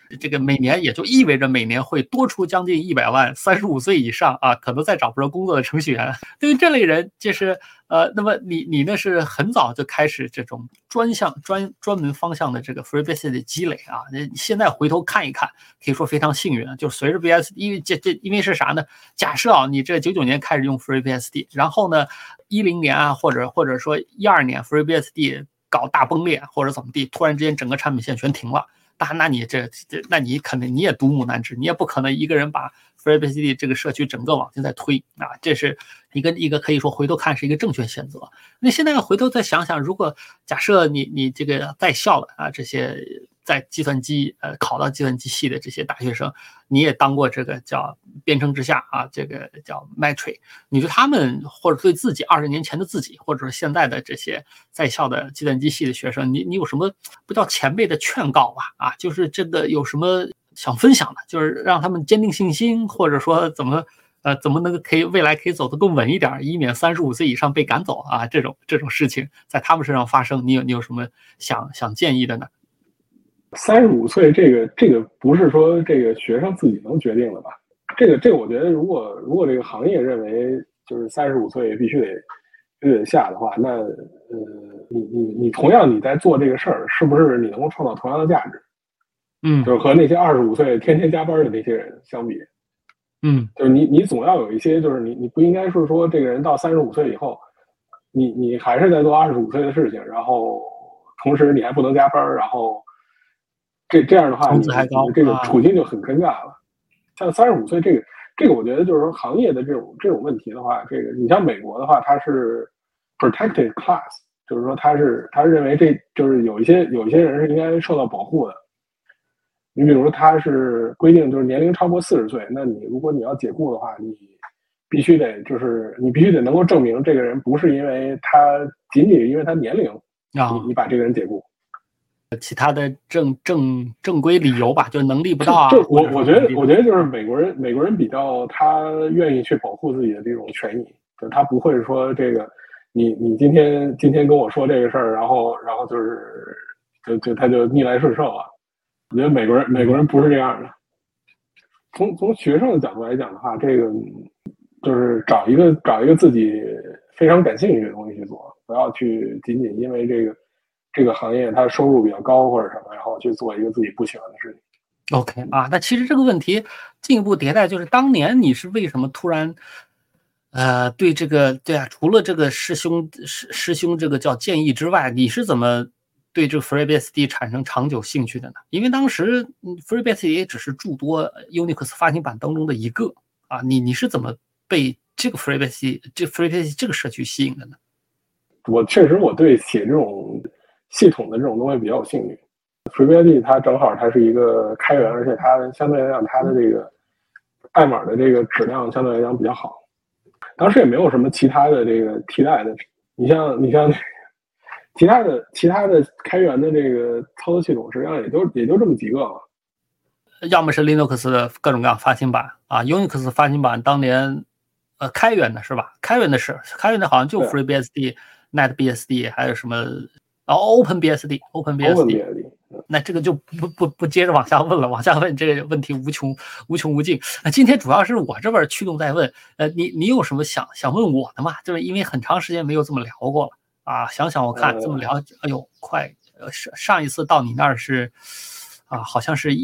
这个每年也就意味着每年会多出将近100万35岁以上啊，可能再找不着工作的程序员。对于这类人，就是那么你呢是很早就开始这种专门方向的这个 FreeBSD 的积累啊。现在回头看一看，可以说非常幸运啊，就随着 BSD， 因为是啥呢？假设啊，你这99年开始用 FreeBSD， 然后呢10年啊，或者说12年 FreeBSD 搞大崩裂或者怎么地，突然之间整个产品线全停了。那你肯定你也独木难支，你也不可能一个人把 FreeBSD 这个社区整个往前再推啊，这是一个可以说回头看是一个正确选择。那现在回头再想想，如果假设你这个在校的啊，这些在计算机考到计算机系的这些大学生，你也当过这个叫编程之下啊，这个叫 Metric， 你对他们或者对自己20年前的自己，或者是现在的这些在校的计算机系的学生，你有什么不叫前辈的劝告吧？啊，就是这个有什么想分享的，就是让他们坚定信心，或者说怎么能可以未来可以走得更稳一点，以免35岁以上被赶走啊，这种事情在他们身上发生，你有什么想建议的呢 ？35岁这个不是说这个学生自己能决定的吧？这个我觉得，如果这个行业认为就是35岁必须得下的话，那你同样你在做这个事儿，是不是你能够创造同样的价值？就是和那些25岁天天加班的那些人相比，就是你总要有一些，就是你不应该是说这个人到35岁以后，你还是在做25岁的事情，然后同时你还不能加班，然后这样的话，你这个处境就很尴尬了。像35岁这个，我觉得就是说行业的这种问题的话，这个你像美国的话，它是 protected class， 就是说他认为这就是有一些人是应该受到保护的。你比如说他是规定就是年龄超过40岁，那如果你要解雇的话，你必须得能够证明这个人不是因为他仅仅因为他年龄你把这个人解雇。 其他的正规理由吧，就是能力不到啊。 我觉得就是美国人比较他愿意去保护自己的这种权益，就是他不会说这个你今天跟我说这个事儿，然后就是他就逆来顺受了。我觉得美国人不是这样的。从学生的角度来讲的话，这个就是找一个自己非常感兴趣的东西去做，不要去仅仅因为这个行业它收入比较高或者什么，然后去做一个自己不喜欢的事情。 OK 啊，那其实这个问题进一步迭代，就是当年你是为什么突然对这个对啊，除了这个师兄这个叫建议之外，你是怎么对这个 FreeBSD 产生长久兴趣的呢？因为当时 FreeBSD 也只是诸多 Unix 发行版当中的一个啊，你是怎么被这个 FreeBSD 这个社区吸引的呢？ 我确实对写这种系统的这种东西比较有兴趣。FreeBSD 它正好它是一个开源，而且它相对来讲它的这个代码的这个质量相对来讲比较好。当时也没有什么其他的这个替代的，你像其他的开源的这个操作系统，实际上也就这么几个嘛。 要么是 Linux 的各种各样发行版啊 ，Unix 发行版当年开源的是吧？开源的好像就 FreeBSD、NetBSD 还有什么OpenBSD。那这个就不接着往下问了，往下问这个问题无穷无尽。今天主要是我这边驱动在问，你有什么想问我的吗？就是因为很长时间没有这么聊过了。啊，想我看这么聊，哎呦，快！上一次到你那儿是，好像是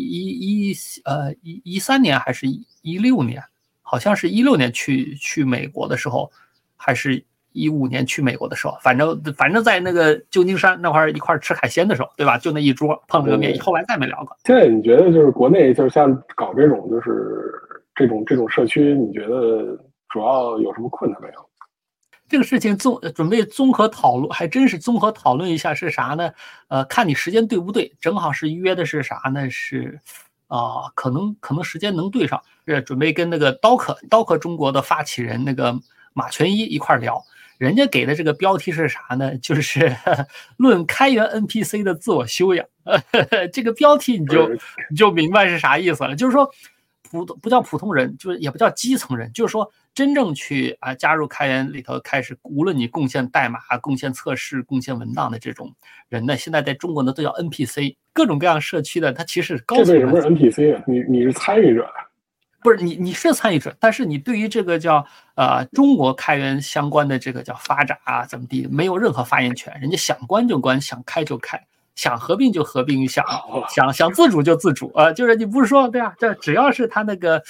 13年还是16年？好像是16年去美国的时候，还是15年去美国的时候，反正在那个旧金山那块一块吃海鲜的时候，对吧？就那一桌碰了个面，后来再没聊过。 现在你觉得就是国内就是像搞这种就是这种社区，你觉得主要有什么困难没有？ 这个事情准备综合讨论，还真是综合讨论一下是啥呢？看你时间对不对，正好是约的是啥呢？是可能时间能对上，准备跟那个刀客中国的发起人那个马全一一块聊，人家给的这个标题是啥呢？就是论开源 NPC 的自我修养。这个标题你就明白是啥意思了，就是说不叫普通人，就是也不叫基层人，就是说真正去加入开源里头开始，无论你贡献代码、贡献测试、贡献文档的这种人呢，现在在中国呢都叫 NPC， 各种各样社区的，它其实是高层。 这为什么是 NPC 啊？你是参与者啊？ 不是你是参与者，但是你对于这个叫中国开源相关的这个叫发展怎么地，没有任何发言权，人家想关就关，想开就开。想合并就合并，想自主就自主就是你不是说对啊，这只要是他那个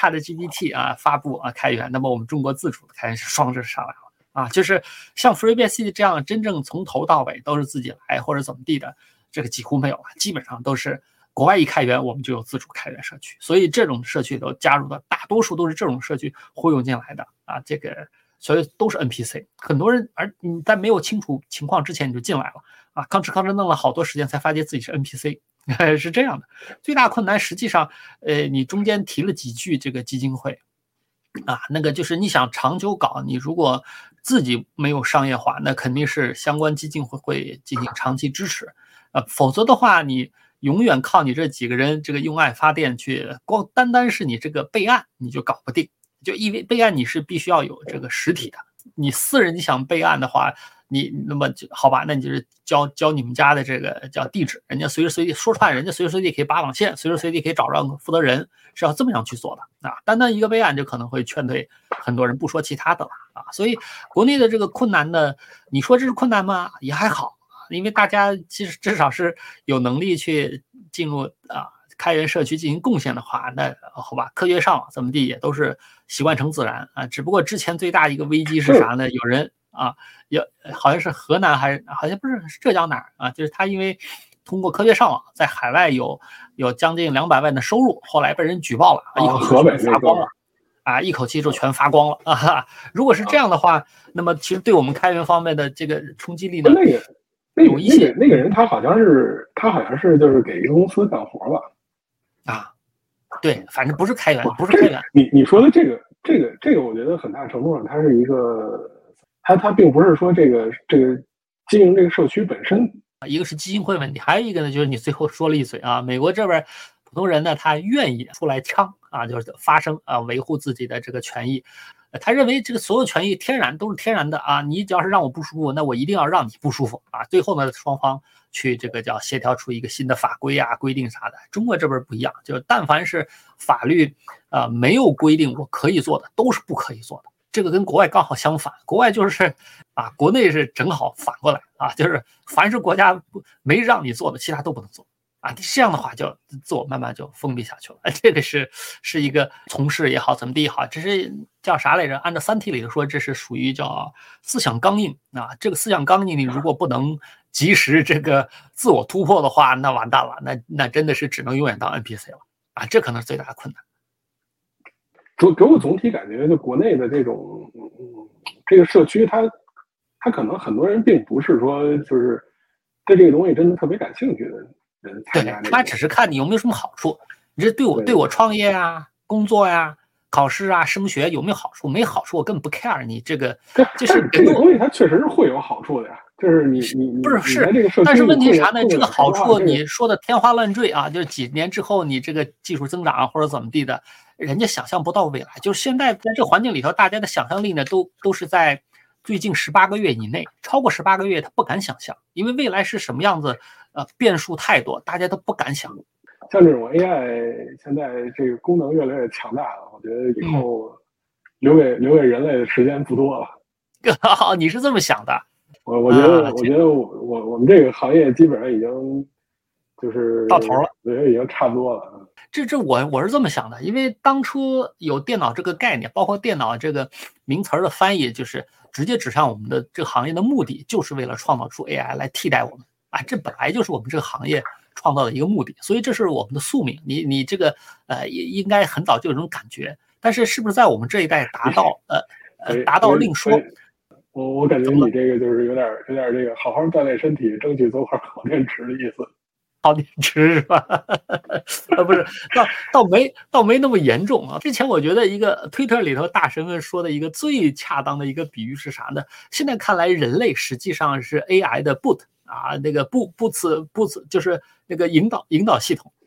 ChatGPT发布开源，那么我们中国自主的开源是双着上来了就是像 FreeBSD 这样真正从头到尾都是自己来或者怎么地的，这个几乎没有了，基本上都是国外一开源我们就有自主开源社区，所以这种社区都加入的大多数都是这种社区忽悠进来的这个所以都是 NPC， 很多人而你在没有清楚情况之前你就进来了吭哧弄了好多时间才发现自己是 NPC 是这样的。最大困难实际上你中间提了几句这个基金会那个就是你想长久搞，你如果自己没有商业化，那肯定是相关基金会进行长期支持否则的话你永远靠你这几个人这个用爱发电去，光单是你这个备案你就搞不定，就因为备案你是必须要有这个实体的，你私人你想备案的话，你那么就好吧，那你就是交你们家的这个叫地址，人家随时随地说出来，人家随时随地可以拔网线，随时随地可以找到负责人，是要这么样去做的单一个备案就可能会劝退很多人，不说其他的了所以国内的这个困难呢，你说这是困难吗？也还好，因为大家其实至少是有能力去进入开源社区进行贡献的话，那好吧，科学上网怎么地也都是习惯成自然只不过之前最大一个危机是啥呢？有人好像是河南还是好像不是浙江哪儿就是他因为通过科学上网在海外有将近200万的收入，后来被人举报了河北发光了一口气就全发光了如果是这样的话，那么其实对我们开源方面的这个冲击力呢，有一些那个人他好像是就是给一个公司干活吧对，反正不是开源，不是开源。 你说的这个，我觉得很大程度上它是一个，它并不是说这个经营这个社区本身， 一个是基金会问题，还有一个呢就是你最后说了一嘴美国这边普通人呢他愿意出来呛就是发声维护自己的这个权益。他认为这个所有权益都是天然的你只要是让我不舒服，那我一定要让你不舒服最后呢，双方去这个叫协调出一个新的法规规定啥的。中国这边不一样，就是但凡是法律没有规定我可以做的，都是不可以做的。这个跟国外刚好相反，国外就是国内是正好反过来就是凡是国家没让你做的，其他都不能做这样的话就自我慢慢就封闭下去了这个是一个从事也好怎么地也好，这是叫啥来着？按照3体里头说，这是属于叫思想刚硬这个思想刚硬你如果不能及时这个自我突破的话，那完蛋了，那真的是只能永远当 NPC 了这可能是最大的困难。 给我总体感觉，就国内的这种这个社区，它可能很多人并不是说就是对这个东西真的特别感兴趣的人参加。 他只是看你有没有什么好处，你这对我创业工作考试升学有没有好处？没好处我根本不 care 你这个。就是这个东西它确实是会有好处的呀，就是你不是这个社区， 但是问题啥呢？这个好处你说的天花乱坠就是几年之后你这个技术增长或者怎么地的，人家想象不到未来。就是现在在这个环境里头，大家的想象力呢都是在最近18个月以内，超过18个月他不敢想象，因为未来是什么样子变数太多，大家都不敢想。 像这种 AI 现在这个功能越来越强大了，我觉得以后留给人类的时间不多了。 你是这么想的？ 我觉得我们这个行业基本上已经就是到头了， 我觉得已经差不多了。 我是这么想的，因为当初有电脑这个概念，包括电脑这个名词的翻译，就是直接指向我们的这个行业的目的，就是为了创造出 AI 来替代我们这本来就是我们这个行业创造的一个目的，所以这是我们的宿命。你这个应该很早就有这种感觉，但是是不是在我们这一代达到另说。 我感觉你这个就是有点这个好好锻炼身体，争取做块好电池的意思。 好电池是吧？不是，倒没那么严重之前我觉得一个推特里头大神们说的一个最恰当的一个比喻是啥呢？现在看来人类实际上是 AI 的 boot那个 boot 就是那个引导系统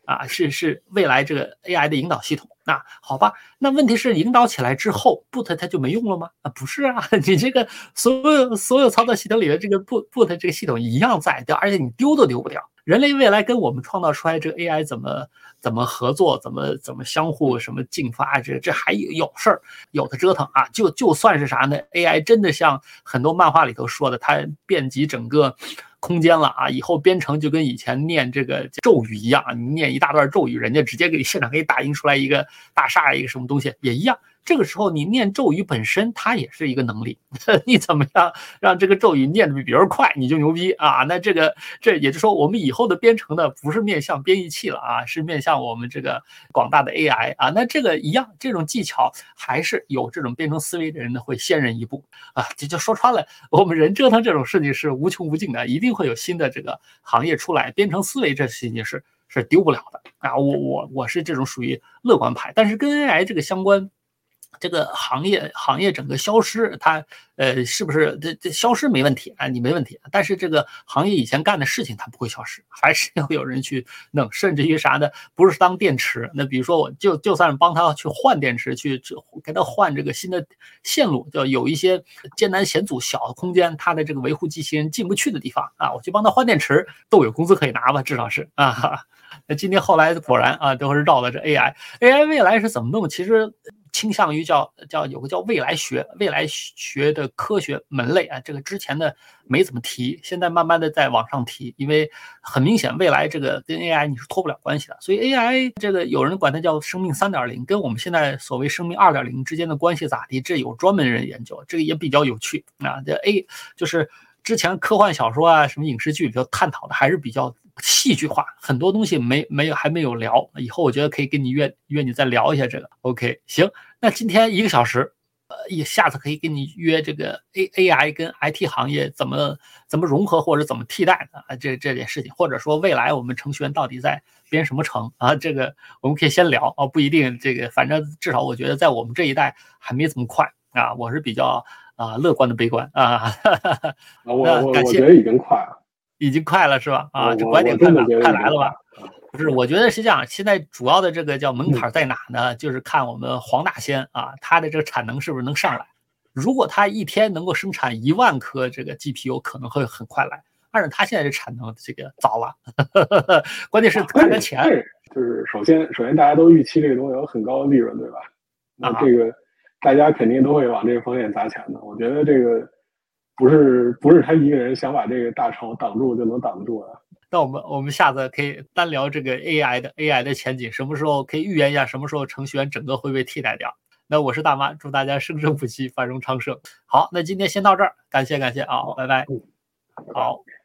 是未来这个 AI 的引导系统。那好吧，那问题是引导起来之后 boot 它就没用了吗？不是啊，你这个所有操作系统里的这个 boot 这个系统一样在，而且你丢都丢不掉。人类未来跟我们创造出来这个 AI 怎么合作，怎么相互什么进发，这还有事儿，有的折腾啊！就算是啥呢 ？AI 真的像很多漫画里头说的，它遍及整个空间了啊！以后编程就跟以前念这个咒语一样，你念一大段咒语，人家直接现场给你打印出来一个大厦一个什么东西也一样。这个时候你念咒语本身它也是一个能力，你怎么样让这个咒语念得比别人快，你就牛逼啊！那这也就是说，我们以后的编程呢，不是面向编译器了啊，是面向我们这个广大的 AI 啊。那这个一样，这种技巧还是有这种编程思维的人呢会先人一步啊。就说穿了，我们人折腾这种事情是无穷无尽的，一定会有新的这个行业出来，编程思维这事情是丢不了的啊。我是这种属于乐观派，但是跟 AI 这个相关。这个行业整个消失，它是不是这消失没问题啊？你没问题，但是这个行业以前干的事情它不会消失，还是要有人去弄，甚至于啥呢？不是当电池，那比如说我就算帮他去换电池，去给他换这个新的线路，就有一些艰难险阻小的空间，他的这个维护机器人进不去的地方啊，我去帮他换电池，都有工资可以拿吧，至少是啊。那今天后来果然啊，都是绕了这 AI 未来是怎么弄？其实倾向于叫有个叫未来学的科学门类啊，这个之前的没怎么提，现在慢慢的在往上提，因为很明显未来这个跟 AI 你是脱不了关系的，所以 AI 这个有人管它叫生命 3.0， 跟我们现在所谓生命 2.0 之间的关系咋地，这有专门人研究，这个也比较有趣啊。这就是之前科幻小说啊，什么影视剧里头探讨的还是比较戏剧化，很多东西还没有聊，以后我觉得可以跟你约你再聊一下这个。OK， 行，那今天1个小时，下次可以跟你约这个 AI 跟 IT 行业怎么融合或者怎么替代的这件事情，或者说未来我们程序员到底在编什么程啊？这个我们可以先聊啊，不一定这个，反正至少我觉得在我们这一代还没这么快啊，我是比较乐观的悲观啊。 我觉得已经快了。 已经快了是吧？啊，这拐点快来了吧？不是，我觉得是这样。现在主要的这个叫门槛在哪呢？就是看我们黄大仙啊，它的这个产能是不是能上来？如果它一天能够生产1万颗这个 GPU， 可能会很快来。按照它现在的产能，这个早了。关键是看看钱。 就是首先大家都预期这个东西有很高的利润，对吧？那这个大家肯定都会往这个方向砸钱的。我觉得这个。不是他一个人想把这个大潮挡住就能挡得住的。 那我们下次可以单聊这个 AI 的前景，什么时候可以预言一下什么时候程序员整个会被替代掉？那我是大妈，祝大家生生不息，繁荣昌盛。好，那今天先到这儿，感谢啊，拜拜。好。